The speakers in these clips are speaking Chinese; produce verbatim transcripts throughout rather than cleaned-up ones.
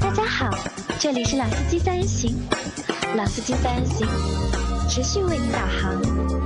大家好，这里是老司机三人行，老司机三人行持续为您导航。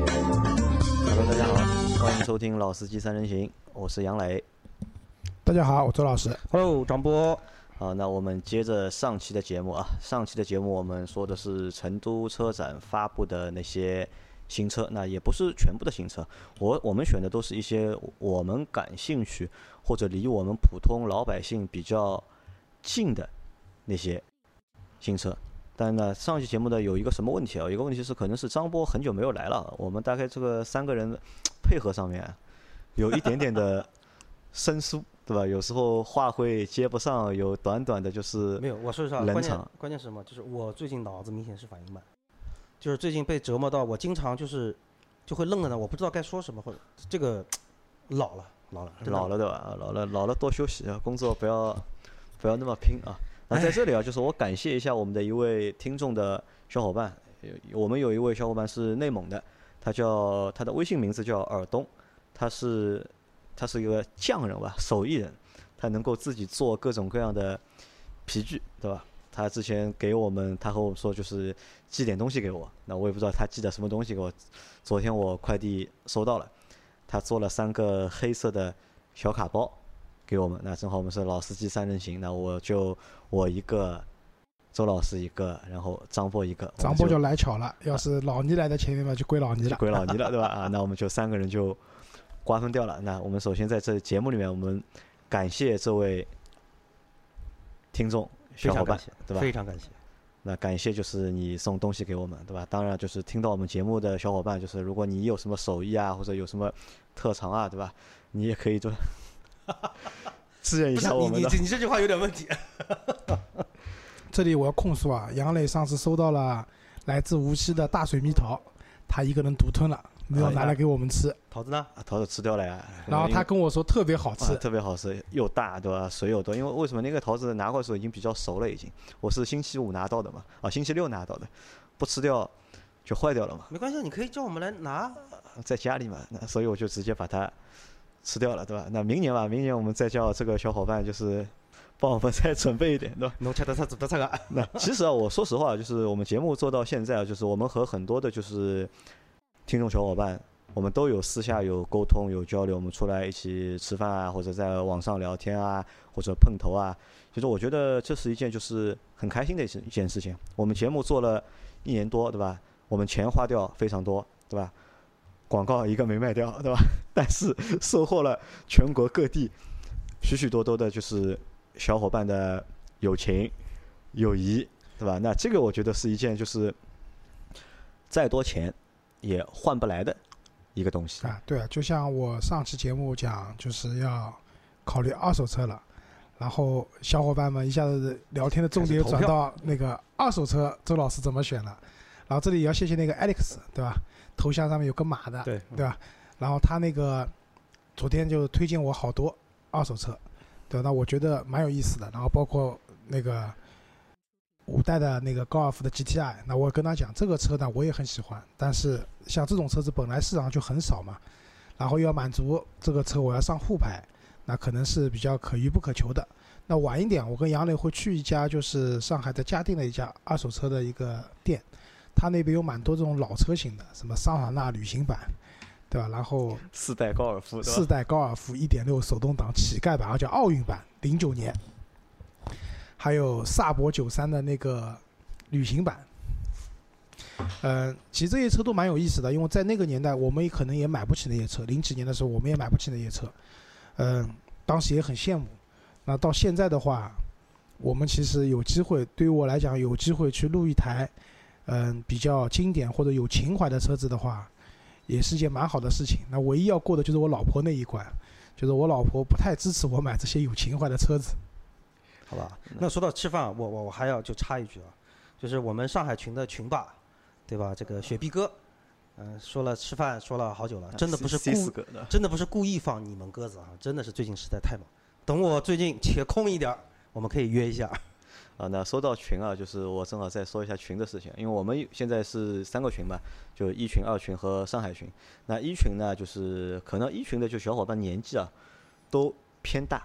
Hello， 大家好，欢迎收听老司机三人行，我是杨磊。 大家好，我周老师。 Hello， 张波。 好，那我们接着上期的节目啊，上期的节目我们说的是成都车展发布的那些新车，那也不是全部的新车，我我们选的都是一些我们感兴趣或者离我们普通老百姓比较近的那些新车。但呢，上期节目呢有一个什么问题啊？有一个问题是，可能是张波很久没有来了，我们大概这个三个人配合上面有一点点的生疏，对吧？有时候话会接不上，有短短的就是没有。我说实话，关键关键是什么？就是我最近脑子明显是反应慢，就是最近被折磨到，我经常就是就会愣在那，我不知道该说什么，或者这个老了，老了， 老了对吧？老了，老了多休息啊，工作不要不要那么拼啊。那在这里啊，就是我感谢一下我们的一位听众的小伙伴，我们有一位小伙伴是内蒙的，他叫他的微信名字叫尔东，他是他是一个匠人吧，手艺人，他能够自己做各种各样的皮具，对吧？他之前给我们，他和我说就是寄点东西给我，那我也不知道他寄的什么东西给我。昨天我快递收到了，他做了三个黑色的小卡包给我们，那正好我们是老司机三人行，那我就我一个，周老师一个，然后张波一个。 张波就来巧了，要是老倪来的前面嘛，就归老倪了。 就归老倪了，对吧？啊，那我们就三个人就瓜分掉了。那我们首先在这节目里面，我们感谢这位听众小伙伴，对吧？ 非常感谢。 那感谢就是你送东西给我们，对吧？当然就是听到我们节目的小伙伴，就是如果你有什么手艺啊，或者有什么特长啊，对吧？你也可以就支援一下我们的。 你你你这句话有点问题。 这里我要控诉啊，杨磊上次收到了来自无锡的大水蜜桃，他一个人独吞了，没有拿来给我们吃。 桃子呢？ 啊，桃子吃掉了呀。 然后他跟我说特别好吃， 啊、特别好吃，又大，对吧？水又多。因为为什么那个桃子拿过来的时候已经比较熟了，已经。我是星期五拿到的嘛，啊，星期六拿到的，不吃掉就坏掉了嘛。 没关系，你可以叫我们来拿， 在家里嘛，那所以我就直接把它吃掉了，对吧？那明年吧，明年我们再叫这个小伙伴就是帮我们再准备一点，对吧？ 侬吃的他怎么这个？ 那其实啊，我说实话，就是我们节目做到现在啊，就是我们和很多的就是听众小伙伴，我们都有私下有沟通有交流，我们出来一起吃饭啊，或者在网上聊天啊，或者碰头啊。其实我觉得这是一件就是很开心的一件事情。我们节目做了一年多，对吧？我们钱花掉非常多，对吧？广告一个没卖掉，对吧？但是收获了全国各地许许多多的就是小伙伴的友情、友谊，对吧？那这个我觉得是一件就是再多钱也换不来的一个东西啊。对啊，就像我上期节目讲，就是要考虑二手车了，然后小伙伴们一下子聊天的重点转到那个二手车，周老师怎么选了？然后这里也要谢谢那个 Alex， 对吧？头像上面有个马的， 对对吧？然后他那个昨天就推荐我好多二手车，对吧？那我觉得蛮有意思的。然后包括那个五代的那个高尔夫的 G T I， 那我跟他讲这个车呢我也很喜欢，但是像这种车子本来市场就很少嘛，然后又要满足这个车我要上沪牌，那可能是比较可遇不可求的。那晚一点我跟杨磊会去一家就是上海的嘉定的一家二手车的一个店，他那边有蛮多这种老车型的，什么桑塔纳旅行版，对吧？然后四代高尔夫， 四代高尔夫 一点六 手动挡乞丐版，而且奥运版，零九年，还有萨博九三的那个旅行版。呃，其实这些车都蛮有意思的，因为在那个年代我们也可能也买不起那些车，零几年的时候我们也买不起那些车，嗯、呃，当时也很羡慕。那到现在的话，我们其实有机会，对于我来讲有机会去录一台嗯、呃、比较经典或者有情怀的车子的话，也是件蛮好的事情。那唯一要过的就是我老婆那一关，就是我老婆不太支持我买这些有情怀的车子。 好吧，那说到吃饭，我我我还要就插一句啊，就是我们上海群的群霸，对吧？这个雪碧哥，嗯、呃，说了吃饭说了好久了，真的不是故真的不是故意放你们鸽子啊，真的是最近实在太忙。等我最近且空一点，我们可以约一下。 啊，那说到群啊，就是我正好再说一下群的事情，因为我们现在是三个群嘛，就一群、二群和上海群。那一群呢，就是可能一群的就小伙伴年纪啊都偏大，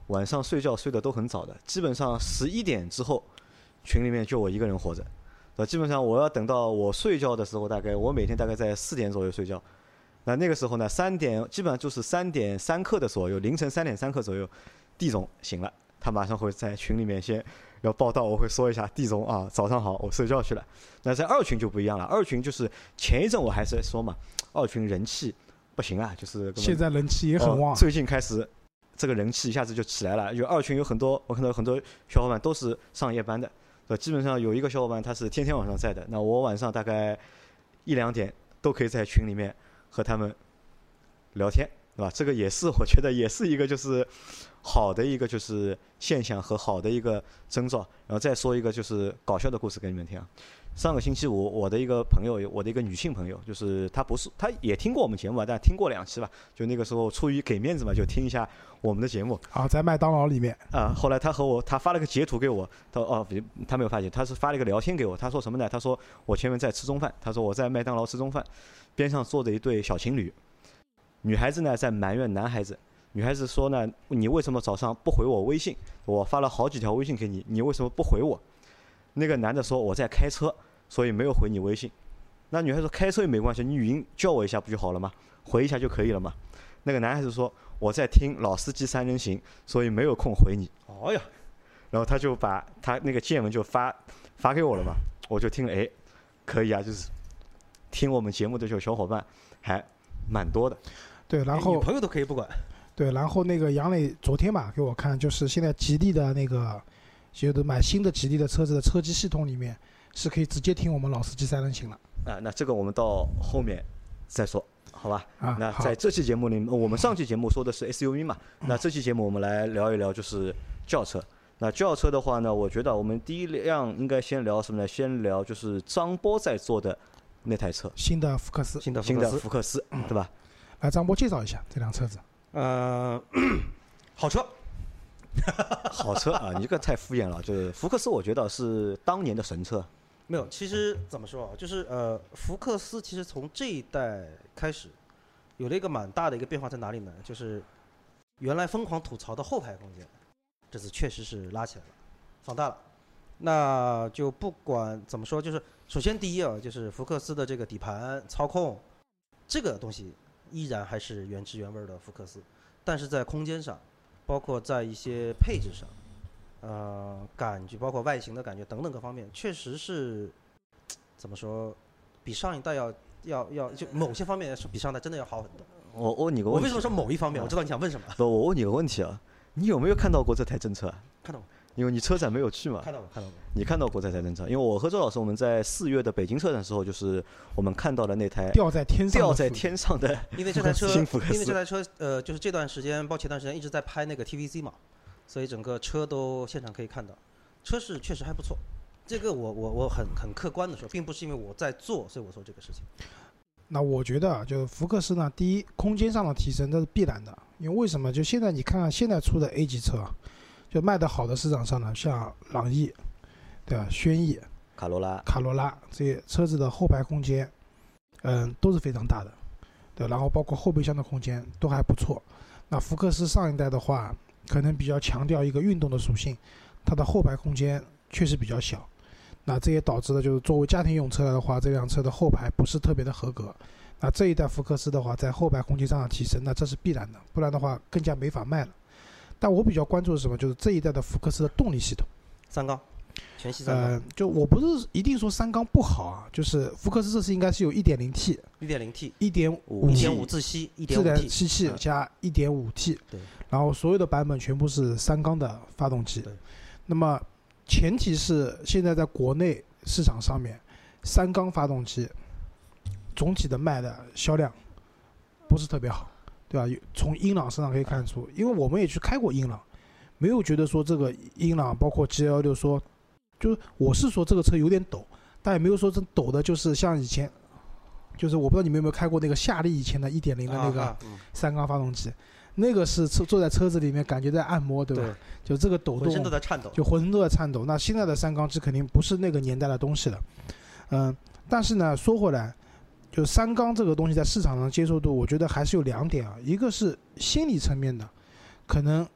晚上睡觉睡得都很早的，基本上十一点之后，群里面就我一个人活着。呃，基本上我要等到我睡觉的时候，大概我每天大概在四点左右睡觉。那那个时候呢，三点基本上就是三点三刻的左右，凌晨三点三刻左右，地总醒了，他马上会在群里面先要报道，我会说一下地总啊，早上好，我睡觉去了。那在二群就不一样了，二群就是前一阵我还是说嘛，二群人气不行啊，就是现在人气也很旺、 哦，最近开始这个人气一下子就起来了。就二群有很多，我看到很多小伙伴都是上夜班的，呃，基本上有一个小伙伴他是天天晚上在的，那我晚上大概一两点都可以在群里面和他们聊天，对吧？这个也是我觉得也是一个就是好的一个就是现象和好的一个征兆。然后再说一个就是搞笑的故事给你们听啊。上个星期五，我的一个朋友，我的一个女性朋友，就是她不是，她也听过我们节目，但听过两期吧。就那个时候出于给面子嘛，就听一下我们的节目。 啊，在麦当劳里面啊。后来她和我，她发了个截图给我，她哦，她没有发截，她是发了一个聊天给我。她说什么呢？她说我前面在吃中饭，她说我在麦当劳吃中饭，边上坐着一对小情侣，女孩子呢在埋怨男孩子。女孩子说呢，你为什么早上不回我微信？我发了好几条微信给你，你为什么不回我？那个男的说我在开车，所以没有回你微信。那女孩子说开车也没关系，你语音叫我一下不就好了吗？回一下就可以了嘛。那个男孩子说我在听老司机三人行，所以没有空回你。 哦呀， 然后他就把他那个见闻就发发给我了嘛，我就听了，哎，可以啊，就是听我们节目的这小伙伴还蛮多的。 对，然后女朋友都可以不管。 对，然后那个杨磊昨天吧给我看，就是现在吉利的那个，就是买新的吉利的车子的车机系统里面是可以直接听我们老司机三人行了。 啊，那这个我们到后面再说，好吧？ 啊， 那在这期节目里面，我们上期节目说的是 S U V 嘛，那这期节目我们来聊一聊就是轿车。那轿车的话呢，我觉得我们第一辆应该先聊什么呢？先聊就是张波在做的那台车， 新的福克斯， 新的新的福克斯，对吧？ 来，张波介绍一下这辆车子。 呃，好车， 好车啊！你这个太敷衍了。就是福克斯，我觉得是当年的神车。 没有，其实怎么说啊？就是呃，福克斯其实从这一代开始，有了一个蛮大的一个变化在哪里呢？就是原来疯狂吐槽的后排空间，这次确实是拉起来了，放大了。那就不管怎么说，就是首先第一啊，就是福克斯的这个底盘操控，这个东西依然还是原汁原味的福克斯，但是在空间上，包括在一些配置上，呃，感觉包括外形的感觉等等各方面，确实是怎么说，比上一代要要要就某些方面是比上一代真的要好很多。 我问你个问题， 我为什么说某一方面？我知道你想问什么。 不，我问你个问题啊，你有没有看到过这台真车啊？ 看到过。 因为你车展没有去嘛。 看到过，看到过。 你看到过这台真车？因为我和周老师我们在四月的北京车展的时候，就是我们看到了那台吊在天上吊在天上的， 因为这台车，因为这台车，呃，就是这段时间，包括前段时间一直在拍那个 T V C 嘛，所以整个车都现场可以看到，车是确实还不错。这个我我我很很客观的说，并不是因为我在做，所以我说这个事情。 那我觉得就是福克斯呢，第一空间上的提升这是必然的，因为为什么？就现在你看看现在出的 A 级车，就卖得好的市场上呢，像朗逸，对吧？轩逸、 卡罗拉、 卡罗拉这些车子的后排空间，嗯，都是非常大的，对，然后包括后备箱的空间都还不错。那福克斯上一代的话，可能比较强调一个运动的属性，它的后排空间确实比较小。那这也导致了，就是作为家庭用车来的话，这辆车的后排不是特别的合格。那这一代福克斯的话，在后排空间上的提升，那这是必然的，不然的话更加没法卖了。但我比较关注的是什么？就是这一代的福克斯的动力系统， 三缸，全系三缸。 呃，就我不是一定说三缸不好啊，就是福克斯这次应该是有 一点零 T、 一点零 T、 一点五一点五自吸、一点五 T、 自然吸气加 一点五 T， 对， 然后所有的版本全部是三缸的发动机。 对， 那么前提是现在在国内市场上面，三缸发动机总体的卖的销量不是特别好，对吧？从英朗身上可以看出，因为我们也去开过英朗，没有觉得说这个英朗包括 G L 六说，就是我是说这个车有点抖，但也没有说这抖的就是像以前，就是我不知道你们有没有开过那个夏利以前的 一点零 的那个三缸发动机。那个是坐在车子里面感觉在按摩，对吧？ 对， 就这个抖动， 浑身都在颤抖， 就浑身都在颤抖。那现在的三缸机肯定不是那个年代的东西了，嗯、呃，但是呢，说回来，就三缸这个东西在市场上接受度，我觉得还是有两点啊，一个是心理层面的，可能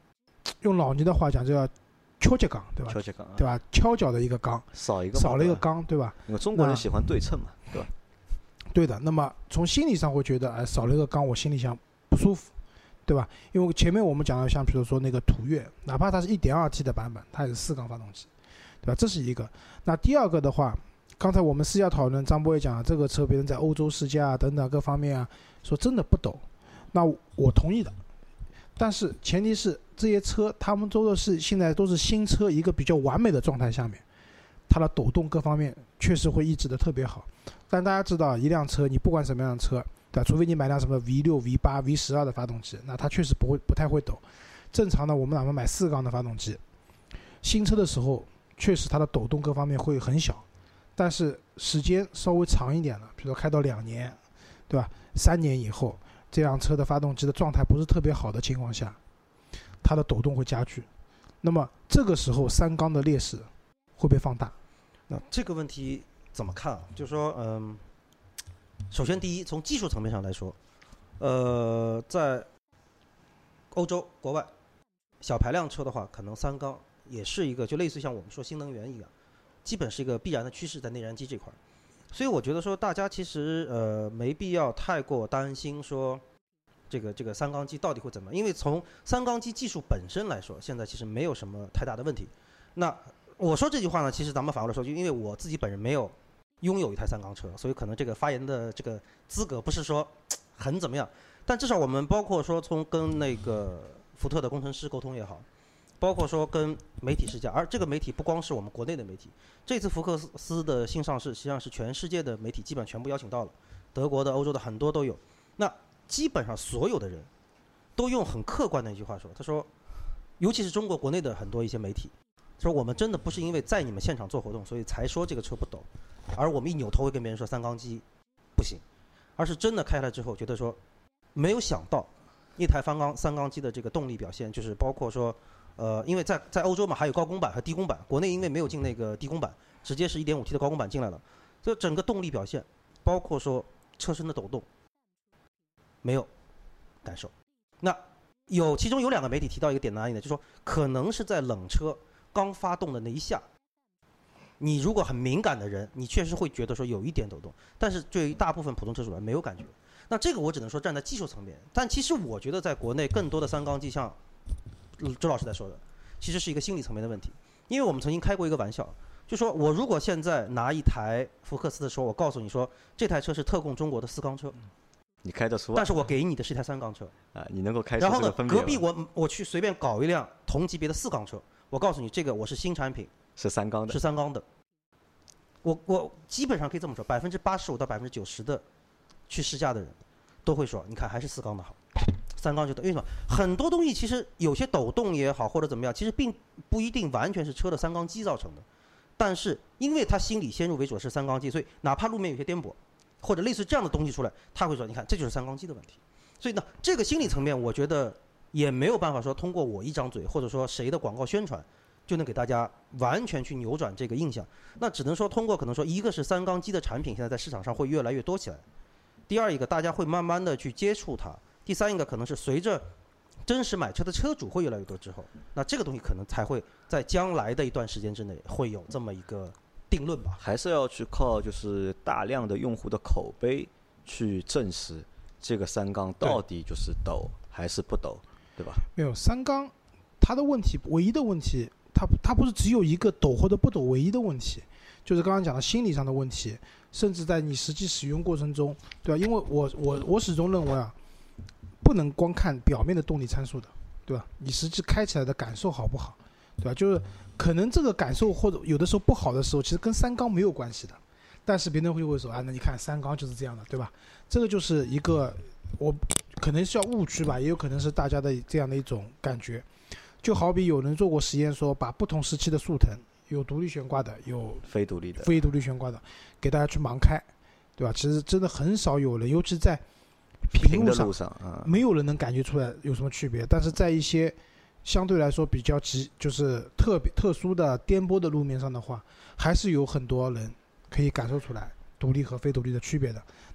用老倪的话讲，就叫敲脚杠，对吧？ 敲脚杠， 对吧？敲脚的一个杠， 少一个少了一个杠，对吧？ 因为中国人喜欢对称嘛，对吧？ 对的。那么从心理上会觉得，哎，少了一个杠，我心里想不舒服，对吧？因为前面我们讲了，像比如说那个途岳，哪怕它是 一点二 T 的版本，它也是四缸发动机，对吧？这是一个。那第二个的话，刚才我们私下讨论，张波也讲了，这个车别人在欧洲试驾啊等等各方面啊，说真的不抖，那我同意的。但是前提是这些车他们都是现在都是新车一个比较完美的状态下面，它的抖动各方面确实会抑制的特别好。但大家知道，一辆车你不管什么样的车，对吧？除非你买辆什么 V 六 V 八 V 十二 的发动机，那它确实不会不太会抖。正常的我们哪怕买四缸的发动机，新车的时候确实它的抖动各方面会很小，但是时间稍微长一点了，比如说开到两年，对吧？三年以后，这辆车的发动机的状态不是特别好的情况下，它的抖动会加剧，那么这个时候三缸的劣势会被放大。 那这个问题怎么看啊？就是说，嗯，首先第一，从技术层面上来说，呃，在欧洲国外，小排量车的话，可能三缸也是一个，就类似像我们说新能源一样，基本是一个必然的趋势在内燃机这块。所以我觉得说，大家其实呃没必要太过担心说，这个这个三缸机到底会怎么样？因为从三缸机技术本身来说，现在其实没有什么太大的问题。那我说这句话呢，其实咱们反过来说，就因为我自己本人没有拥有一台三缸车，所以可能这个发言的这个资格不是说很怎么样。但至少我们包括说从跟那个福特的工程师沟通也好，包括说跟媒体试驾，而这个媒体不光是我们国内的媒体，这次福克斯的新上市实际上是全世界的媒体基本全部邀请到了，德国的、欧洲的很多都有。那基本上所有的人都用很客观的一句话说，他说，尤其是中国国内的很多一些媒体，说我们真的不是因为在你们现场做活动，所以才说这个车不抖，而我们一扭头会跟别人说三缸机不行，而是真的开来之后觉得说，没有想到一台三缸三缸机的这个动力表现，就是包括说，呃，因为在在欧洲嘛，还有高功版和低功版，国内因为没有进那个低功版，直接是 一点五 T 的高功版进来了，所以整个动力表现，包括说车身的抖动，没有感受。那有其中有两个媒体提到一个点在哪里呢？就是说可能是在冷车刚发动的那一下，你如果很敏感的人，你确实会觉得说有一点抖动，但是对于大部分普通车主来没有感觉。那这个我只能说站在技术层面，但其实我觉得在国内更多的三缸机，像周老师在说的，其实是一个心理层面的问题。因为我们曾经开过一个玩笑，就说我如果现在拿一台福克斯的时候，我告诉你说这台车是特供中国的四缸车， 你开得出， 但是我给你的是一台三缸车啊，你能够开出这个分别。 然后呢，隔壁我我去随便搞一辆同级别的四缸车，我告诉你这个我是新产品， 是三缸的， 是三缸的。我我基本上可以这么说，百分之八十五到百分之九十的去试驾的人都会说，你看还是四缸的好，三缸就抖。为什么？很多东西其实有些抖动也好或者怎么样，其实并不一定完全是车的三缸机造成的，但是因为他心里先入为主是三缸机，所以哪怕路面有些颠簸或者类似这样的东西出来，他会说，你看这就是三缸机的问题。所以呢，这个心理层面，我觉得也没有办法说通过我一张嘴或者说谁的广告宣传就能给大家完全去扭转这个印象。那只能说通过可能说，一个是三缸机的产品现在在市场上会越来越多起来，第二一个大家会慢慢的去接触它，第三一个可能是随着真实买车的车主会越来越多之后，那这个东西可能才会在将来的一段时间之内会有这么一个定论吧。 还是要去靠就是大量的用户的口碑去证实这个三缸到底就是抖还是不抖，对吧？ 没有三缸，它的问题唯一的问题，它它不是只有一个抖或者不抖唯一的问题，就是刚刚讲的心理上的问题，甚至在你实际使用过程中，对吧？因为我我我始终认为啊，不能光看表面的动力参数的，对吧？你实际开起来的感受好不好，对吧？就是可能这个感受或者有的时候不好的时候，其实跟三缸没有关系的，但是别人会会说啊，那你看三缸就是这样的，对吧？这个就是一个我可能是叫误区吧，也有可能是大家的这样的一种感觉。就好比有人做过实验，说把不同时期的速腾，有独立悬挂的，有非独立的， 非独立悬挂的，给大家去盲开，对吧？其实真的很少有人，尤其在平路上， 路上啊， 没有人能感觉出来有什么区别。但是在一些相对来说比较急，就是特别特殊的颠簸的路面上的话，还是有很多人可以感受出来独立和非独立的区别的。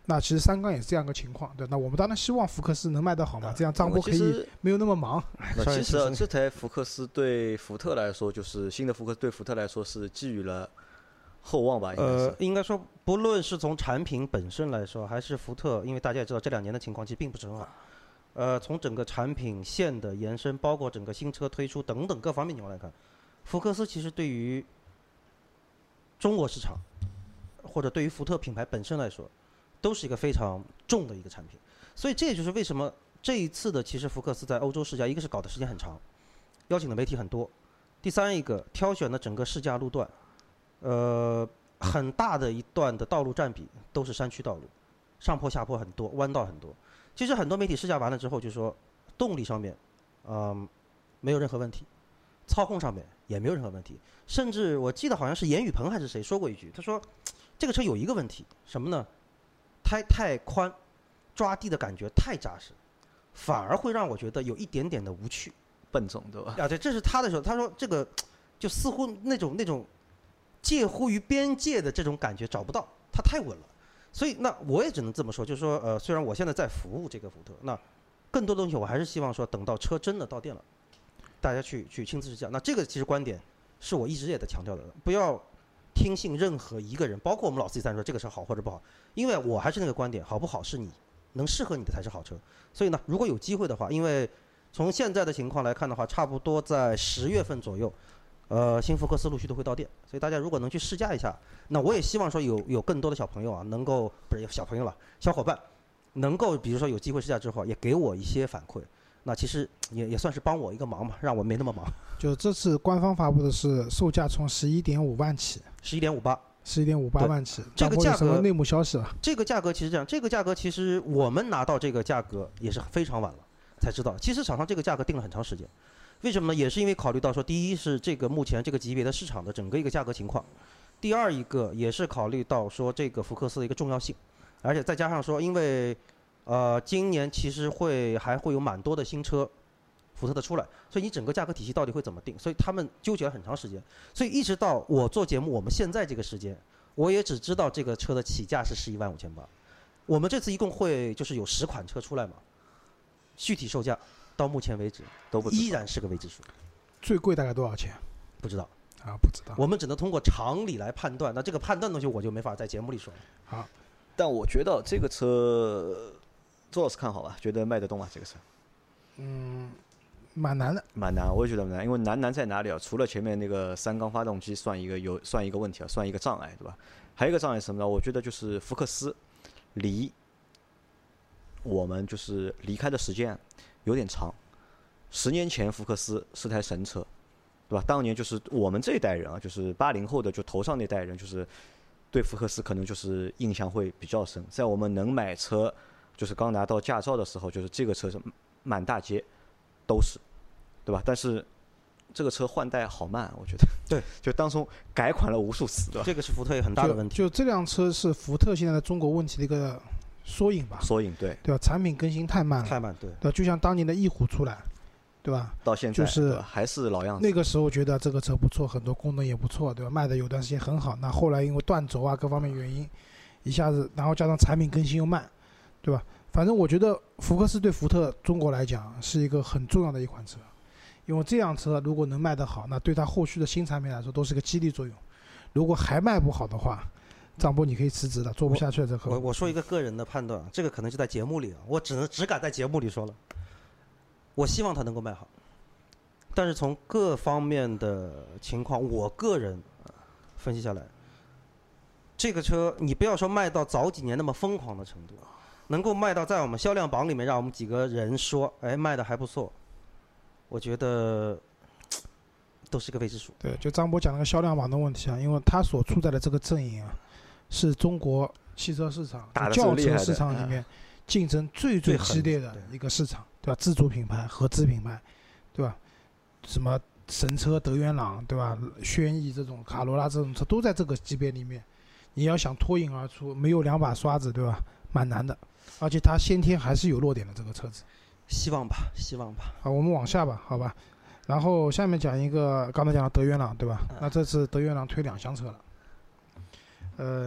那其实三缸也是这样个情况，对。那我们当然希望福克斯能卖得好嘛，这样张波可以没有那么忙。 那其实、啊、这台福克斯对福特来说，就是新的福克斯对福特来说是寄予了厚望吧？应该是呃，应该说，不论是从产品本身来说，还是福特，因为大家也知道这两年的情况其实并不是很好。呃，从整个产品线的延伸，包括整个新车推出等等各方面情况来看，福克斯其实对于中国市场，或者对于福特品牌本身来说，都是一个非常重的一个产品。所以这也就是为什么这一次的其实福克斯在欧洲试驾，一个是搞的时间很长，邀请的媒体很多；第三一个挑选的整个试驾路段，呃，很大的一段的道路占比都是山区道路，上坡下坡很多，弯道很多。其实很多媒体试驾完了之后就说，动力上面，嗯、呃，没有任何问题，操控上面也没有任何问题。甚至我记得好像是严雨鹏还是谁说过一句，他说这个车有一个问题，什么呢？胎太宽，抓地的感觉太扎实，反而会让我觉得有一点点的无趣、 笨重，对吧？ 啊，对，这是他的时候，他说这个就似乎那种那种介乎于边界的这种感觉找不到，它太稳了。所以那我也只能这么说，就是说，呃，虽然我现在在服务这个福特，那更多东西我还是希望说，等到车真的到店了，大家去去亲自试驾。那这个其实观点是我一直也在强调的，不要听信任何一个人，包括我们老 C 三说这个车好或者不好，因为我还是那个观点，好不好是你能适合你的才是好车。所以呢，如果有机会的话，因为从现在的情况来看的话，差不多在十月份左右，呃，新福克斯陆续都会到店，所以大家如果能去试驾一下，那我也希望说有有更多的小朋友啊，能够不是小朋友了，小伙伴能够比如说有机会试驾之后，也给我一些反馈。那其实也也算是帮我一个忙嘛，让我没那么忙。 就这次官方发布的是售价从十一点五万起， 十一点五八， 十一点五八万起。 这个价格内幕消息啊？ 这个价格其实这样，这个价格其实我们拿到这个价格也是非常晚了才知道。其实厂商这个价格定了很长时间，为什么呢？也是因为考虑到说，第一是这个目前这个级别的市场的整个一个价格情况，第二一个也是考虑到说这个福克斯的一个重要性，而且再加上说，因为呃今年其实会还会有蛮多的新车。福特的出来，所以你整个价格体系到底会怎么定？所以他们纠结了很长时间，所以一直到我做节目，我们现在这个时间，我也只知道这个车的起价是十一万五千八。我们这次一共会就是有十款车出来嘛，具体售价到目前为止都不知道， 依然是个未知数。 最贵大概多少钱？ 不知道啊，不知道。 我们只能通过常理来判断，那这个判断东西我就没法在节目里说了。 好， 但我觉得这个车，周老师看好吧？觉得卖得动啊？这个车？ 嗯。蛮难的， 蛮难，我也觉得蛮难，因为难难在哪里啊？除了前面那个三缸发动机算一个有算一个问题啊，算一个障碍，对吧？还有一个障碍是什么呢？我觉得就是福克斯离我们就是离开的时间有点长。十年前福克斯是台神车，对吧？当年就是我们这一代人啊，就是八零后的就头上那代人，就是对福克斯可能就是印象会比较深。在我们能买车，就是刚拿到驾照的时候，就是这个车是满大街。都是，对吧？但是这个车换代好慢，我觉得。 对， 就当中改款了无数次，对吧？ 这个是福特也很大的问题。 就, 就这辆车是福特现在的中国问题的一个缩影吧？ 缩影，对。 对吧？产品更新太慢了。 太慢，对。 对吧？就像当年的翼虎出来，对吧？ 到现在就是还是老样子。 那个时候觉得这个车不错，很多功能也不错，对吧？卖的有段时间很好。那后来因为断轴啊各方面原因，一下子，然后加上产品更新又慢，对吧？反正我觉得福克斯对福特中国来讲是一个很重要的一款车，因为这辆车如果能卖得好，那对它后续的新产品来说都是个激励作用。如果还卖不好的话，张波你可以辞职了，做不下去了。这我我说一个个人的判断，这个可能就在节目里啊，我只能只敢在节目里说了。我希望它能够卖好，但是从各方面的情况，我个人分析下来，这个车你不要说卖到早几年那么疯狂的程度。能够卖到在我们销量榜里面，让我们几个人说，哎，卖的还不错，我觉得都是个未知数。 对，就张波讲那个销量榜的问题啊，因为他所处在的这个阵营啊，是中国汽车市场、轿车市场里面竞争最最激烈的一个市场，对吧？自主品牌、合资品牌，对吧？什么神车、德源朗，对吧？轩逸这种、卡罗拉这种车都在这个级别里面，你要想脱颖而出，没有两把刷子，对吧？蛮难的。而且它先天还是有弱点的，这个车子。 希望吧，希望吧。 好，我们往下吧，好吧。然后下面讲一个，刚才讲的德源朗，对吧？那这次德源朗推两厢车了。呃，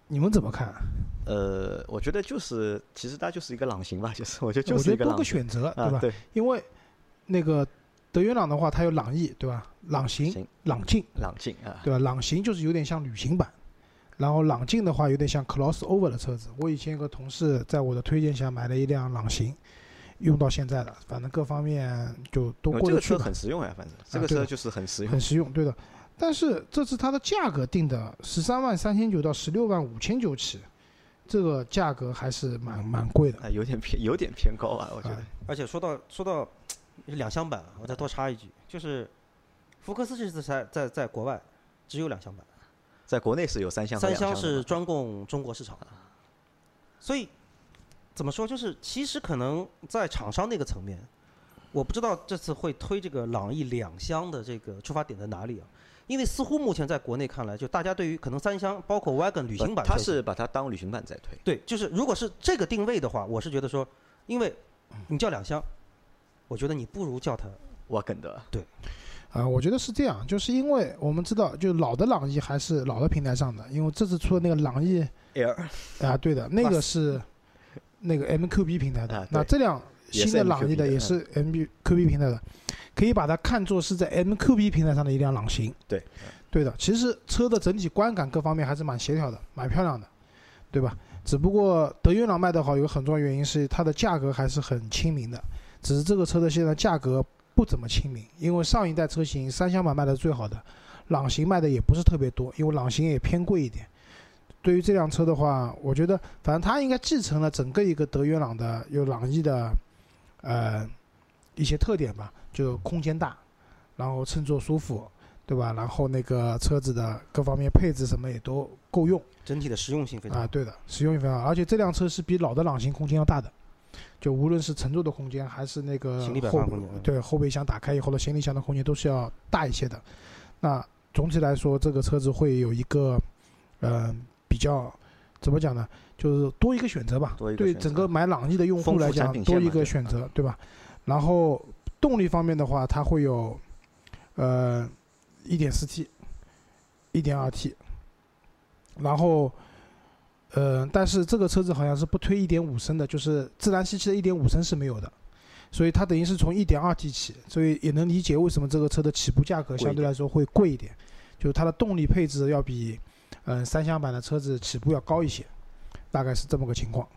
你们怎么看？ 呃，我觉得就是其实它就是一个朗型吧，就是我觉得就我觉得多是一个朗个选择，对吧？ 啊、对， 因为那个德源朗的话，它有朗逸，对吧？朗行、 行朗境， 朗境啊， 对吧？朗行就是有点像旅行版，然后朗境的话有点像 crossover 的车子。我以前有个同事在我的推荐下买了一辆朗行，用到现在了，反正各方面就都过得去吧。 这个车很实用呀，反正这个车就是很实用， 很实用，对的。但是这次它的价格定的十三万三千九到十六万五千九起，这个价格还是蛮蛮贵的， 啊，有点偏有点偏高啊，我觉得。 而且说到说到两厢版，我再多插一句，就是福克斯这次在在在国外只有两厢版， 在国内是有三厢和三两厢的， 厢是专供中国市场的。所以怎么说，就是其实可能在厂商那个层面，我不知道这次会推这个朗逸两厢的这个出发点在哪里啊？因为似乎目前在国内看来，就大家对于可能三厢包括 wagon 旅行版， 它是把它当旅行版在推。 对，就是如果是这个定位的话，我是觉得说，因为你叫两厢，我觉得你不如叫它 wagon 的。 对， 啊、呃，我觉得是这样，就是因为我们知道，就老的朗逸还是老的平台上的，因为这次出的那个朗逸 Air 啊，对的，那个是那个 M Q B 平台的， 啊、 那这辆新的朗逸的也是 M Q B 平台的。可以把它看作是在 M Q B 平台上的一辆朗行， 对， 对的。其实车的整体观感各方面还是蛮协调的，蛮漂亮的，对吧？只不过德源朗卖得好，有个很重要原因是它的价格还是很亲民的，只是这个车的现在价格不怎么亲民，因为上一代车型三厢版卖的最好的，朗行卖的也不是特别多，因为朗行也偏贵一点。对于这辆车的话，我觉得反正它应该继承了整个一个德源朗的有朗逸的，呃。一些特点吧，就空间大，然后乘坐舒服，对吧？然后那个车子的各方面配置什么也都够用， 整体的实用性非常好啊，对的，实用性非常好。而且这辆车是比老的朗行空间要大的，就无论是乘坐的空间还是那个行李摆后放空间， 对后备箱打开以后的行李箱的空间都是要大一些的。那总体来说，这个车子会有一个，呃，比较怎么讲呢？就是多一个选择吧，对整个买朗逸的用户来讲，多一个选择，对吧？然后动力方面的话，它会有，呃 一点四 T、一点二 T， 然后，呃，但是这个车子好像是不推一点五升的，就是自然吸气的一点五升是没有的，所以它等于是从一点二 T 起，所以也能理解为什么这个车的起步价格相对来说会贵一点，就是它的动力配置要比，嗯、呃，三厢版的车子起步要高一些，大概是这么个情况。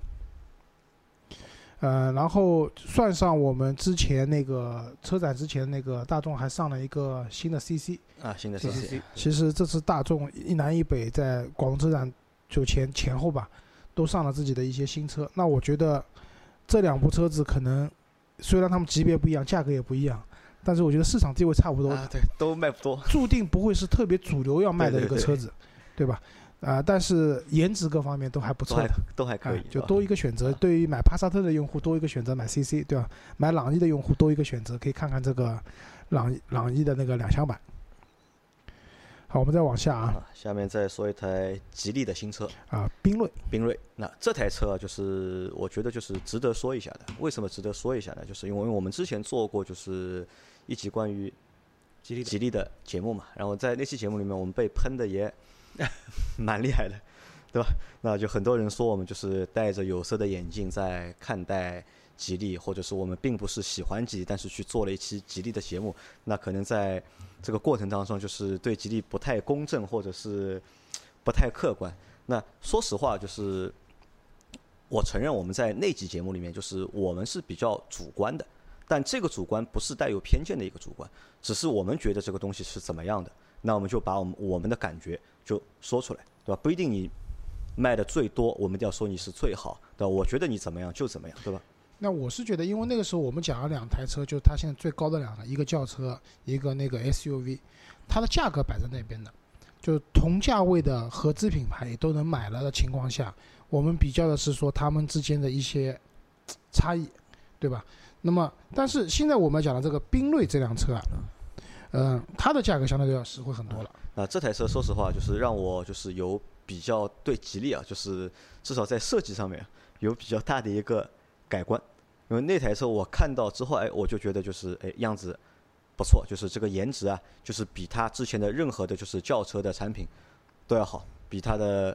呃，然后算上我们之前那个车展之前那个大众还上了一个新的 C C 啊，新的 C C。 其实这次大众一南一北在广州车展就前前后吧，都上了自己的一些新车。那我觉得这两部车子可能虽然他们级别不一样，价格也不一样，但是我觉得市场地位差不多， 啊，对，都卖不多， 注定不会是特别主流要卖的一个车子， 对, 对, 对, 对吧？啊、呃，但是颜值各方面都还不错的， 都还可以、 啊，就多一个选择。对于买帕萨特的用户多一个选择，买 C C 对吧？买朗逸的用户多一个选择，可以看看这个朗朗逸的那个两厢版。好，我们再往下啊， 下面再说一台吉利的新车啊，缤瑞。 缤瑞，那这台车就是我觉得就是值得说一下的。为什么值得说一下呢？就是因为我们之前做过就是一集关于吉利吉利的节目嘛，然后在那期节目里面我们被喷的也蛮厉害的，对吧？那就很多人说我们就是戴着有色的眼镜在看待吉利，或者是我们并不是喜欢吉利，但是去做了一期吉利的节目，那可能在这个过程当中就是对吉利不太公正，或者是不太客观。那说实话，就是我承认我们在那期节目里面，就是我们是比较主观的，但这个主观不是带有偏见的一个主观，只是我们觉得这个东西是怎么样的，那我们就把我们我们的感觉就说出来，对吧？不一定你卖的最多，我们一定要说你是最好，对吧？我觉得你怎么样就怎么样，对吧？ 那我是觉得，因为那个时候我们讲了两台车，就是它现在最高的两个，一个轿车，一个那个 S U V， 它的价格摆在那边的，就同价位的合资品牌也都能买了的情况下，我们比较的是说他们之间的一些差异，对吧？那么，但是现在我们讲的这个缤瑞这辆车啊，嗯、呃，它的价格相对要实惠很多了。 那这台车说实话，就是让我就是有比较对吉利啊，就是至少在设计上面有比较大的一个改观。因为那台车我看到之后，哎，我就觉得就是哎样子不错，就是这个颜值啊，就是比它之前的任何的就是轿车的产品都要好，比它的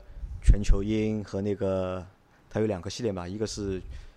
全球鹰和那个它有两个系列嘛，一个是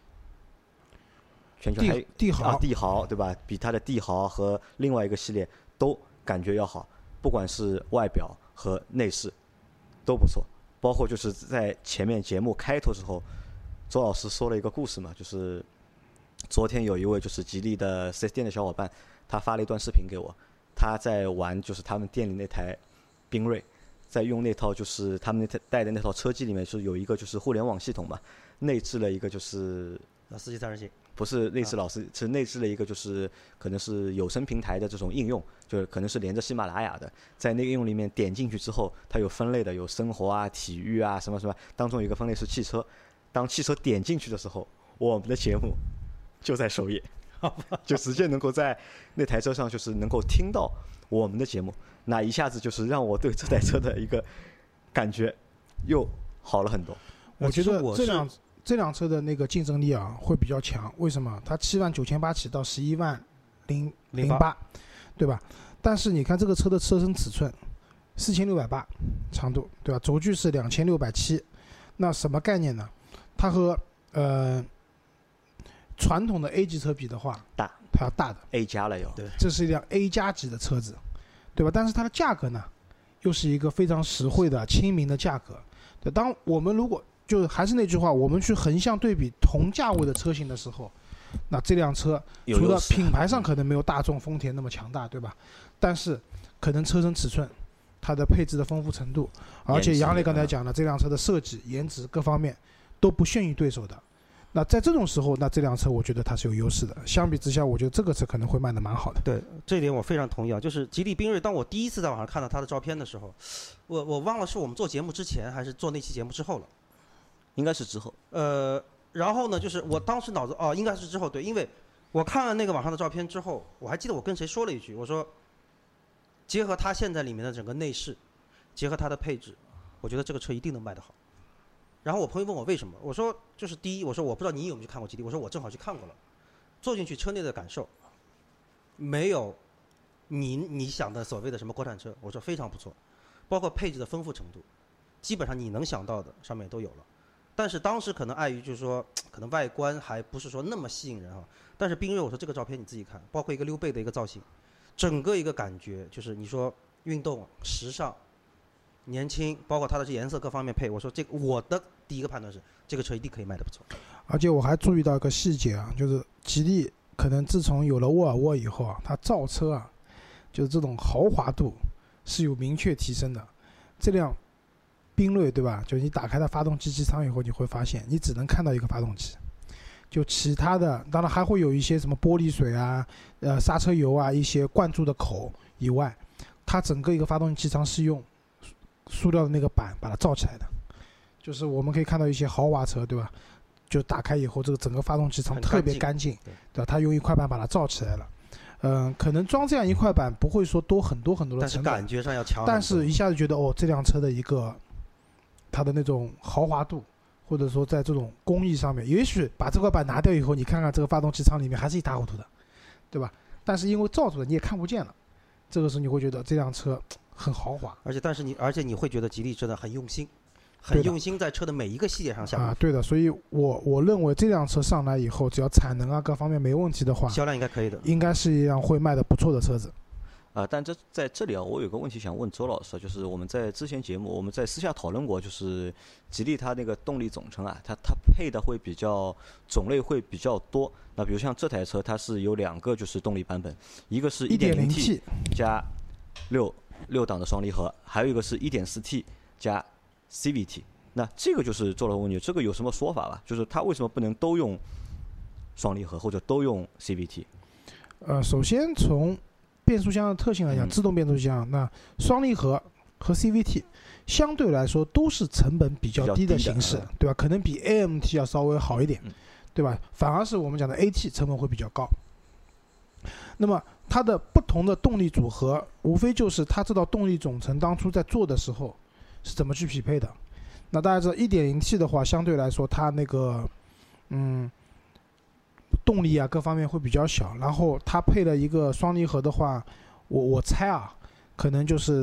全球还帝帝豪啊帝豪对吧？比它的帝豪和另外一个系列都感觉要好，不管是外表和内饰都不错。包括就是在前面节目开头之后，周老师说了一个故事嘛，就是昨天有一位就是吉利的 四 S 店的小伙伴，他发了一段视频给我，他在玩就是他们店里那台缤瑞，在用那套就是他们那台带的那套车机里面是有一个就是互联网系统嘛，内置了一个就是司机三人行。 不是内置老师，是内置了一个就是可能是有声平台的这种应用，就可能是连着喜马拉雅的，在那个应用里面点进去之后，它有分类的，有生活啊、体育啊什么什么，当中有一个分类是汽车。当汽车点进去的时候，我们的节目就在首页，就直接能够在那台车上就是能够听到我们的节目，那一下子就是让我对这台车的一个感觉又好了很多。 我觉得这辆这辆车的那个竞争力啊会比较强，为什么？它七万九千八起到十一万零零八，对吧？但是你看这个车的车身尺寸，四千六百八长度，对吧？轴距是两千六百七，那什么概念呢？它和呃传统的 A 级车比的话， 大， 它要大的 A 加了要。 对， 这是一辆 A 加级的车子，对吧？但是它的价格呢，又是一个非常实惠的、亲民的价格。对，当我们如果就还是那句话，我们去横向对比同价位的车型的时候，那这辆车除了品牌上可能没有大众、丰田那么强大，对吧？但是可能车身尺寸、它的配置的丰富程度，而且杨磊刚才讲了，这辆车的设计、颜值各方面都不逊于对手的。那在这种时候，那这辆车我觉得它是有优势的。相比之下，我觉得这个车可能会卖得蛮好的。 对，这一点我非常同意啊。就是吉利缤瑞，当我第一次在网上看到它的照片的时候，我我忘了是我们做节目之前还是做那期节目之后了。 应该是之后。 呃，然后呢，就是我当时脑子哦，应该是之后，对，因为我看了那个网上的照片之后，我还记得我跟谁说了一句，我说，结合它现在里面的整个内饰，结合它的配置，我觉得这个车一定能卖得好。然后我朋友问我为什么，我说就是第一，我说我不知道你有没有去看过吉利，我说我正好去看过了，坐进去车内的感受，没有你你想的所谓的什么国产车，我说非常不错，包括配置的丰富程度，基本上你能想到的上面都有了。但是当时可能碍于就是说，可能外观还不是说那么吸引人啊。但是缤瑞，我说这个照片你自己看，包括一个溜背的一个造型，整个一个感觉就是你说运动、时尚、年轻，包括它的这颜色各方面配，我说这个我的第一个判断是这个车一定可以卖得不错。 而且我还注意到一个细节啊，就是吉利可能自从有了沃尔沃以后啊，它造车啊，就是这种豪华度是有明确提升的。这辆缤瑞对吧？就你打开它发动机机舱以后，你会发现你只能看到一个发动机，就其他的当然还会有一些什么玻璃水啊、呃刹车油啊一些灌注的口以外，它整个一个发动机机舱是用塑料的那个板把它罩起来的。就是我们可以看到一些豪华车对吧？就打开以后，这个整个发动机舱特别干净，对吧？它用一块板把它罩起来了。嗯、呃，可能装这样一块板不会说多很多很多的成本， 但是感觉上要强， 但是一下子觉得哦，这辆车的一个它的那种豪华度，或者说在这种工艺上面，也许把这块板拿掉以后，你看看这个发动机舱里面还是一塌糊涂的，对吧？但是因为罩住了，你也看不见了，这个时候你会觉得这辆车很豪华， 而且但是你而且你会觉得吉利真的很用心。很用心在车的每一个细节上下啊，对的，所以我我认为这辆车上来以后，只要产能啊各方面没问题的话， 销量应该可以的， 应该是一辆会卖的不错的车子。 啊，但这在这里啊，我有个问题想问周老师，就是我们在之前节目我们在私下讨论过，就是吉利它那个动力总成啊，它它配的会比较种类会比较多。那比如像这台车，它是有两个就是动力版本，一个是 一点零 T 加六六档的双离合，还有一个是 一点四 T 加C V T， 那这个就是周老师问你，这个有什么说法吧？就是它为什么不能都用双离合或者都用 C V T？ 呃，首先从变速箱的特性来讲， 嗯、 自动变速箱，那双离合和 C V T 相对来说都是成本比较低的形式， 嗯、 对吧？可能比 A M T 要稍微好一点， 嗯、 对吧？反而是我们讲的 A T 成本会比较高。那么它的不同的动力组合，无非就是它这套动力总成当初在做的时候是怎么去匹配的。那大家知道 一点零 T 的话，相对来说它那个嗯动力啊各方面会比较小，然后它配了一个双离合的话，我我猜啊，可能就是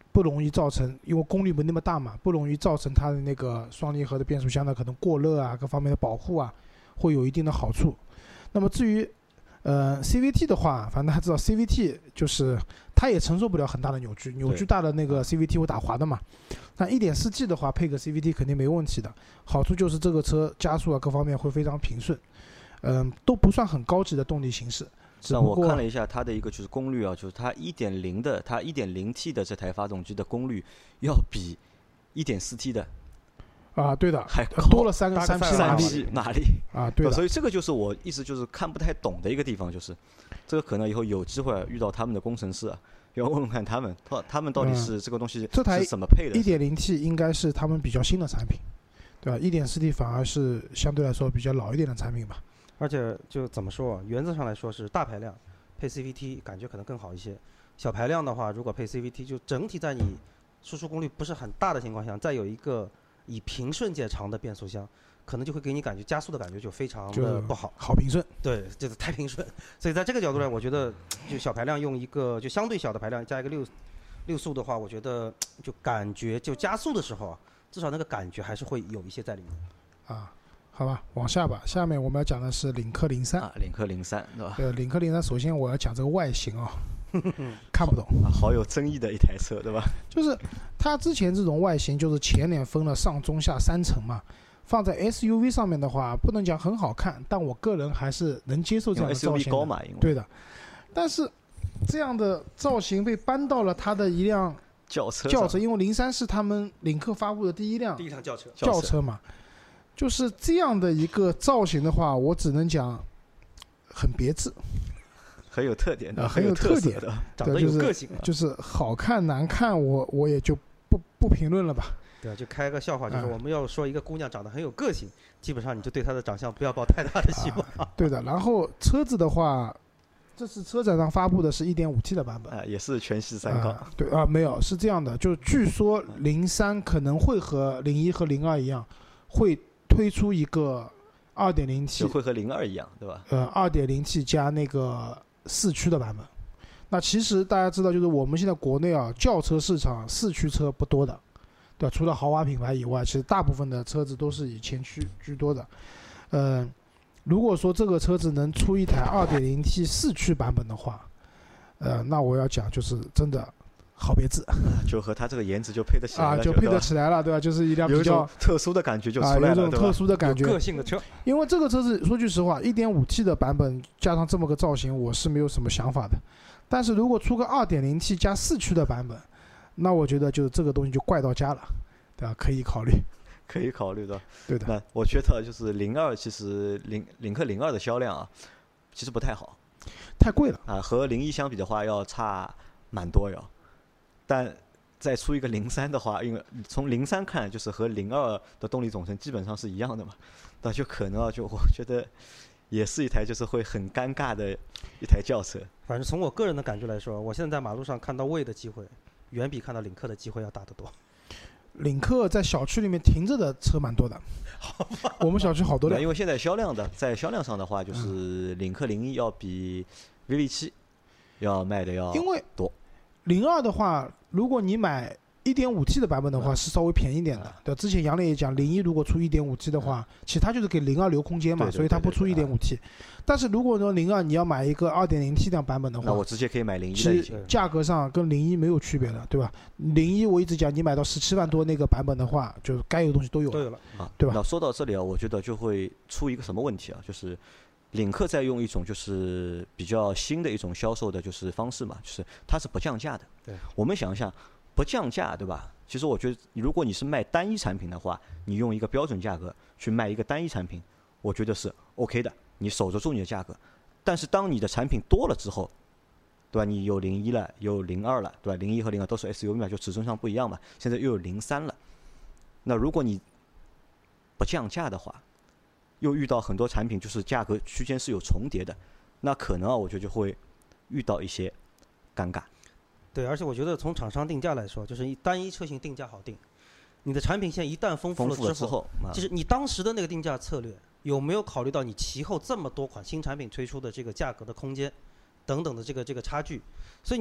不容易造成，因为功率没那么大嘛，不容易造成它的那个双离合的变速箱的可能过热啊，各方面的保护啊，会有一定的好处。那么至于呃 C V T 的话，反正大家知道 C V T 就是它也承受不了很大的扭矩，扭矩大的那个 C V T 会打滑的嘛。那 一点四 T 的话，配个 C V T 肯定没问题的。好处就是这个车加速啊各方面会非常平顺，嗯、呃，都不算很高级的动力形式。 那我看了一下它的一个就是功率啊，就是它 一点零 的，它 一点零 T 的这台发动机的功率要比 一点四 T 的啊，对的， 还多了三个三匹马力马力啊，对的。 所以这个就是我意思就是看不太懂的一个地方，就是这个可能以后有机会遇到他们的工程师啊，要问问看他们，他们到底是这个东西是怎么配的。 一点零 T 应该是他们比较新的产品，对吧？ 一点四 T 反而是相对来说比较老一点的产品吧。 而且就怎么说啊，原则上来说是大排量配 C V T 感觉可能更好一些。小排量的话，如果配 C V T， 就整体在你输出功率不是很大的情况下，再有一个以平顺见长的变速箱，可能就会给你感觉加速的感觉就非常的不好， 好平顺。 对，就是太平顺。所以在这个角度来，我觉得就小排量用一个就相对小的排量加一个六六速的话，我觉得就感觉就加速的时候啊，至少那个感觉还是会有一些在里面。 啊。好吧，往下吧。下面我们要讲的是领克零三啊，领克零三，对吧？ 对，领克零三，首先我要讲这个外形啊，看不懂好，好有争议的一台车，对吧？ 就是它之前这种外形，就是前脸分了上中下三层嘛，放在 S U V 上面的话，不能讲很好看，但我个人还是能接受这样的造型的。 S U V 高嘛，因为对的。但是这样的造型被搬到了它的一辆轿车， 轿车，因为零三是他们领克发布的第一辆第一辆轿车， 轿车嘛。就是这样的一个造型的话，我只能讲很别致， 很有特点的， 呃、很有特点的， 长得有个性、 啊就是，就是好看难看我，我我也就不不评论了吧。 对啊，就开个笑话，就是我们要说一个姑娘长得很有个性，嗯、基本上你就对她的长相不要抱太大的希望。 啊、对的，然后车子的话，这次车展上发布的是 一点五 T 的版本， 啊，也是全系三缸、 啊。对啊，没有，是这样的，就据说零三可能会和零一和零二一样，会推出一个 二点零 T， 就会和零二一样，对吧？ 呃 ，二点零 T 加那个四驱的版本。那其实大家知道，就是我们现在国内啊，轿车市场四驱车不多的，对吧？除了豪华品牌以外，其实大部分的车子都是以前驱居多的。呃，如果说这个车子能出一台 二点零 T 四驱版本的话，呃，那我要讲就是真的好别致， 就和它这个颜值就配得起来了， 啊，就配得起来了，对吧？就是一辆比较特殊的感觉就出来了， 啊，有种特殊的感觉， 有个性的车。 因为这个车子说句实话 ，一点五 T 的版本加上这么个造型，我是没有什么想法的。但是如果出个 二点零 T 加四驱的版本，那我觉得就这个东西就怪到家了，对吧？可以考虑， 可以考虑的。 对的。 那我觉得就是零二，其实领领克零二的销量啊，其实不太好， 太贵了啊，和零一相比的话要差蛮多要。但再出一个零三的话，因为从零三看，就是和零二的动力总成基本上是一样的嘛，那就可能啊，就我觉得也是一台就是会很尴尬的一台轿车。 反正从我个人的感觉来说，我现在在马路上看到魏的机会，远比看到领克的机会要大得多。 领克在小区里面停着的车蛮多的，我们小区好多辆。 因为现在销量的，在销量上的话，就是领克零一要比 V V 七要卖的要多。 因为零二的话，如果你买 一点五 T 的版本的话，是稍微便宜点的。对，之前杨磊也讲，零一如果出 一点五 T 的话，其实它就是给零二留空间嘛，所以它不出 一点五 T。但是如果说零二你要买一个 二点零 T 的版本的话， 那我直接可以买零一其实价格上跟零一没有区别的，对吧？零一我一直讲，你买到十七万多那个版本的话，就该有的东西都有了， 都有了啊， 对吧？ 那说到这里啊，我觉得就会出一个什么问题啊，就是领克在用一种就是比较新的一种销售的就是方式嘛，就是它是不降价的。 对， 我们想一下，不降价，对吧？其实我觉得，如果你是卖单一产品的话，你用一个标准价格去卖一个单一产品，我觉得是 OK 的，你守得住你的价格。但是当你的产品多了之后，对吧？你有零一了，有零二了，对吧？零一和零二都是 S U V 嘛，就尺寸上不一样嘛。现在又有零三了，那如果你不降价的话，又遇到很多产品就是价格区间是有重叠的，那可能啊，我觉得就会遇到一些尴尬。 对，而且我觉得从厂商定价来说，就是单一车型定价好定，你的产品线一旦丰富了之后， 之后就是你当时的那个定价策略有没有考虑到你其后这么多款新产品推出的这个价格的空间等等的这个这个差距？所以你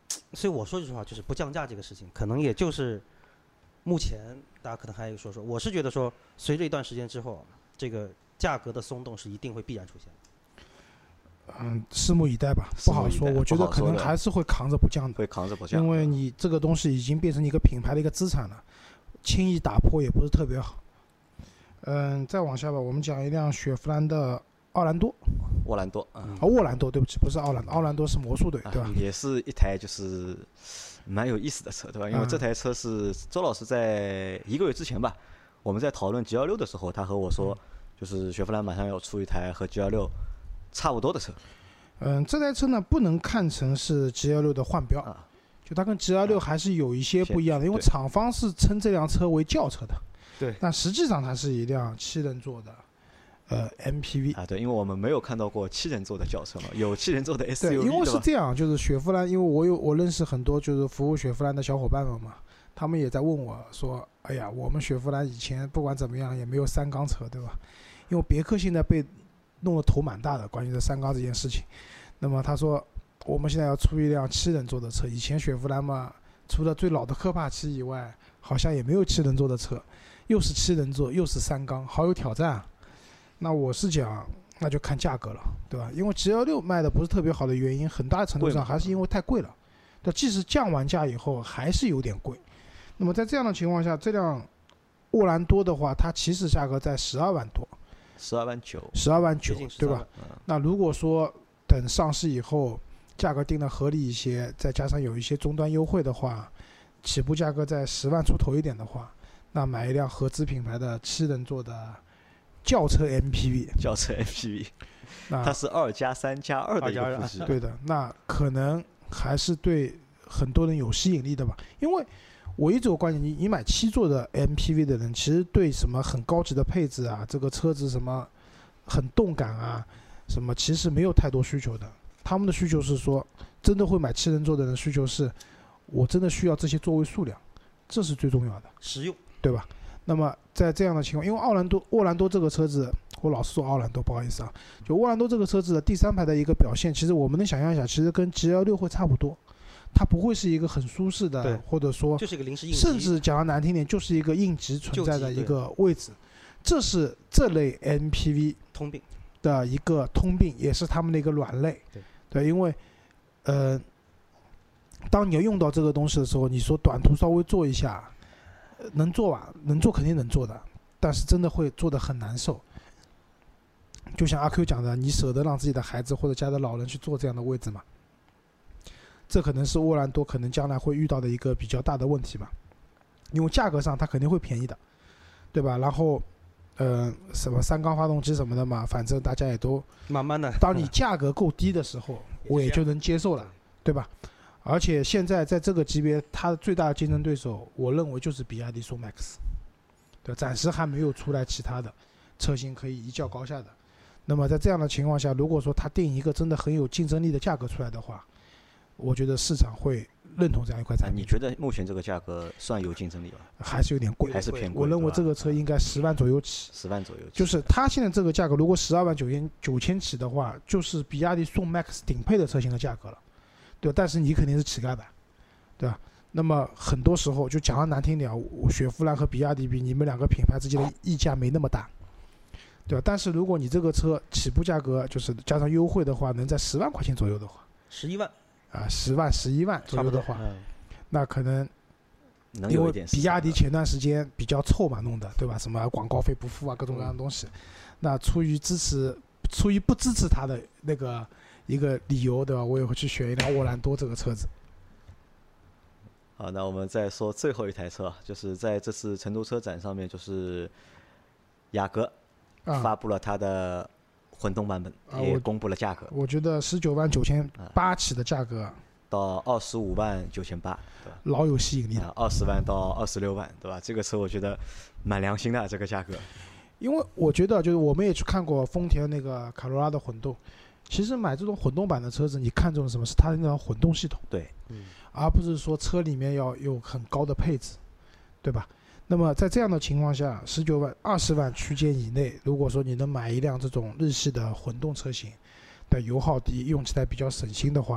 所以我说句实话，就是不降价这个事情，可能也就是目前大家可能还有一个说说，我是觉得说，随着一段时间之后，这个价格的松动是一定会必然出现的。 嗯，拭目以待吧，不好说。我觉得可能还是会扛着不降的， 会扛着不降， 因为你这个东西已经变成一个品牌的一个资产了，轻易打破也不是特别好。嗯，再往下吧，我们讲一辆雪佛兰的奥兰多。 沃兰多， 啊，沃兰多，对不起，不是奥兰多，奥兰多是魔术队，对吧？ 也是一台就是蛮有意思的车，对吧？因为这台车是周老师在一个月之前吧，我们在讨论 G 二六的时候，他和我说，就是雪佛兰马上要出一台和 G 二六差不多的车。 嗯，这台车呢不能看成是 G 二六的换标， 啊、 就它跟 G 二六还是有一些不一样的，因为厂方是称这辆车为轿车的， 对， 但实际上它是一辆七人座的。呃 ，M P V 啊，对，因为我们没有看到过七人座的轿车嘛，有七人座的 S U V 对，因为是这样，就是雪佛兰，因为我有我认识很多就是服务雪佛兰的小伙伴们嘛，他们也在问我说，哎呀，我们雪佛兰以前不管怎么样也没有三缸车，对吧？因为别克现在被弄得头蛮大的，关于这三缸这件事情。那么他说，我们现在要出一辆七人座的车，以前雪佛兰嘛，除了最老的科帕奇以外，好像也没有七人座的车，又是七人座又是三缸，好有挑战啊。那我是讲，那就看价格了，对吧？因为 G 二六卖的不是特别好的原因，很大程度上还是因为太贵了。那即使降完价以后，还是有点贵。那么在这样的情况下，这辆沃兰多的话，它其实价格在十二万多， 十二万九， 十二万九，对吧？ 嗯、 那如果说等上市以后，价格定的合理一些，再加上有一些终端优惠的话，起步价格在十万出头一点的话，那买一辆合资品牌的七人座的轿车 M P V， 轿车 M P V， 它是二加三加二的一个布局。 对的，那可能还是对很多人有吸引力的吧。因为我一直有观点，你你买七座的 M P V 的人，其实对什么很高级的配置啊，这个车子什么很动感啊，什么其实没有太多需求的。他们的需求是说，真的会买七人座的人需求是，我真的需要这些座位数量，这是最重要的， 实用， 对吧？那么在这样的情况，因为奥兰多沃兰多这个车子，我老是说奥兰多，不好意思啊，就沃兰多这个车子的第三排的一个表现，其实我们能想象一下，其实跟 G 二六会差不多，它不会是一个很舒适的，或者说就是一个临时应急， 甚至讲的难听点，就是一个应急存在的一个位置，这是这类 M P V 通病的一个通病，也是他们的一个软肋。 对， 对，因为呃，当你要用到这个东西的时候，你说短途稍微做一下。能做吧，能做肯定能做的，但是真的会做得很难受。就像阿 Q 讲的，你舍得让自己的孩子或者家的老人去坐这样的位置吗？这可能是沃兰多可能将来会遇到的一个比较大的问题吧。因为价格上它肯定会便宜的，对吧？然后，呃，什么三缸发动机什么的嘛，反正大家也都慢慢的。 当你价格够低的时候，我也就能接受了，对吧？而且现在在这个级别，它最大的竞争对手，我认为就是比亚迪宋 MAX， 对，暂时还没有出来其他的车型可以一较高下的。那么在这样的情况下，如果说它定一个真的很有竞争力的价格出来的话，我觉得市场会认同这样一块产品。 你觉得目前这个价格算有竞争力吗？ 还是有点贵， 还是偏贵。 我认为这个车应该十万左右起。 十万左右起。 就是它现在这个价格，如果十二万九千九千起的话，就是比亚迪宋 MAX 顶配的车型的价格了，对吧？但是你肯定是乞丐版。对吧？那么很多时候就讲的难听点，雪佛兰和比亚迪比，你们两个品牌之间的溢价没那么大，对吧？但是如果你这个车起步价格就是加上优惠的话，能在十万块钱左右的话， 十一万啊，十万十一万左右的话， 嗯、 那可能因为比亚迪前段时间比较臭嘛，弄的对吧？什么广告费不付啊，各种各样的东西，嗯、那出于支持，出于不支持他的那个一个理由，对吧？我也会去选一辆沃兰多这个车子。 好，那我们再说最后一台车，就是在这次成都车展上面，就是雅阁发布了它的混动版本， 啊、 也公布了价格。 我, 我觉得十九万九千八起的价格， 到二十五万九千八，对吧？ 老有吸引力的。 二十万到二十六万，对吧？这个车我觉得蛮良心的，这个价格。 因为我觉得，就是我们也去看过丰田那个卡罗拉的混动，其实买这种混动版的车子，你看中的什么是它的那套混动系统， 对， 嗯， 而不是说车里面要有很高的配置，对吧？那么在这样的情况下，十九万、二十万区间以内，如果说你能买一辆这种日系的混动车型，的油耗低，用起来比较省心的话，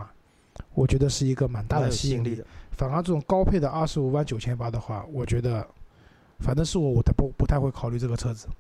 我觉得是一个蛮大的吸引力。 的反而这种高配的二十五万九千八的话，我觉得，反正是我我不不太会考虑这个车子。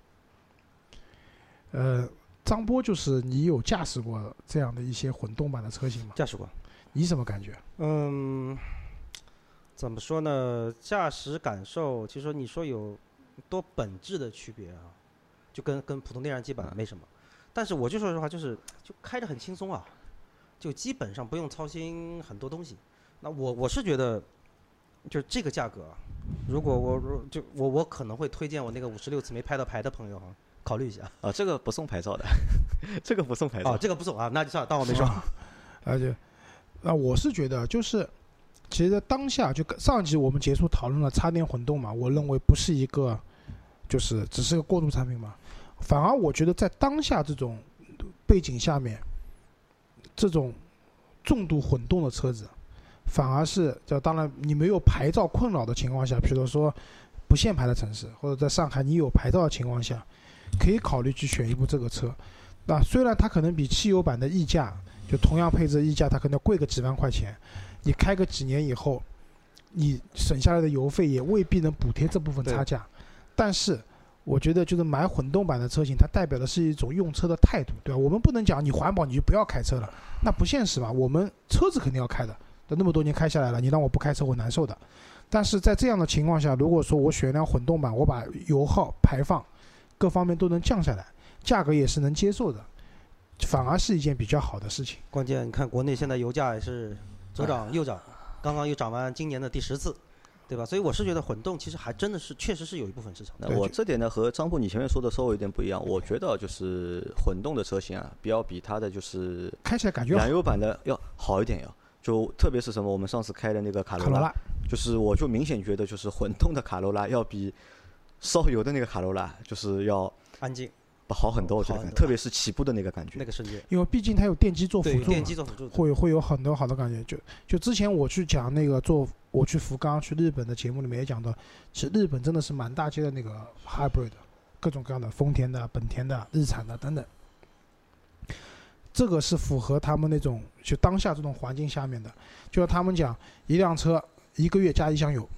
呃，张波就是你有驾驶过这样的一些混动版的车型吗？ 驾驶过。 你什么感觉？ 嗯，怎么说呢？驾驶感受，其实说你说有多本质的区别啊，就跟跟普通电燃机版没什么。但是我就说实话，就是就开着很轻松啊，就基本上不用操心很多东西。那我我是觉得，就这个价格，如果我就我我可能会推荐我那个五十六次没拍到牌的朋友哈，考虑一下。 啊，这个不送牌照的，这个不送牌照。 哦，这个不送啊，那就算了，当我没说。 而且，啊，我是觉得就是，其实在当下就上一集我们结束讨论了插电混动嘛，我认为不是一个，就是只是个过渡产品嘛，反而我觉得在当下这种背景下面，这种重度混动的车子。反而是，就当然你没有牌照困扰的情况下，比如说不限牌的城市，或者在上海你有牌照的情况下，可以考虑去选一部这个车。那虽然它可能比汽油版的溢价，就同样配置的溢价，它可能贵个几万块钱，你开个几年以后，你省下来的油费也未必能补贴这部分差价。但是我觉得就是买混动版的车型，它代表的是一种用车的态度，对吧？我们不能讲你环保你就不要开车了，那不现实吧？我们车子肯定要开的。那么多年开下来了，你让我不开车我难受的。但是在这样的情况下，如果说我选一辆混动版，我把油耗、排放各方面都能降下来，价格也是能接受的，反而是一件比较好的事情。 关键你看国内现在油价也是左涨右涨，刚刚又涨完今年的第十次，对吧？所以我是觉得混动其实还真的是确实是有一部分市场。 那我这点呢和张波你前面说的稍微有点不一样，我觉得就是混动的车型啊，要比它的就是开起来感觉燃油版的要好一点要。就特别是什么，我们上次开的那个卡罗拉， 卡罗拉就是我就明显觉得，就是混动的卡罗拉要比烧油的那个卡罗拉就是要安静， 好很多，我觉得，特别是起步的那个感觉， 那个瞬间， 因为毕竟它有电机做辅助， 电机做辅助， 会会有很多好的感觉。就就之前我去讲那个做我去福冈去日本的节目里面也讲到，其实日本真的是满大街的那个 hybrid， 各种各样的丰田的、本田的、日产的等等。这个是符合他们那种就当下这种环境下面的，就是他们讲一辆车一个月加一箱油，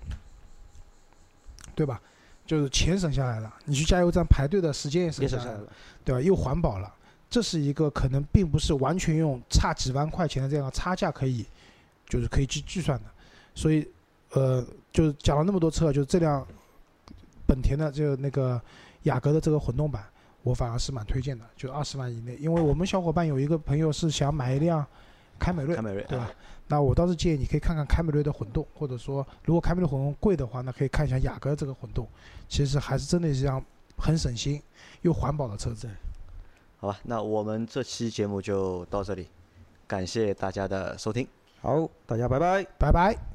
对吧？就是钱省下来了，你去加油站排队的时间也省下来了，对吧？又环保了，这是一个可能并不是完全用差几万块钱的这样的差价可以，就是可以去计算的。所以，呃，就是讲了那么多车，就是这辆本田的就那个雅阁的这个混动版。我反而是蛮推荐的，就二十万以内，因为我们小伙伴有一个朋友是想买一辆凯美瑞， 凯美瑞对吧？那我倒是建议你可以看看凯美瑞的混动，或者说如果凯美瑞混动贵的话，那可以看一下雅阁这个混动，其实还是真的是一辆很省心又环保的车子。 好吧，那我们这期节目就到这里，感谢大家的收听， 好，大家拜拜， 拜拜。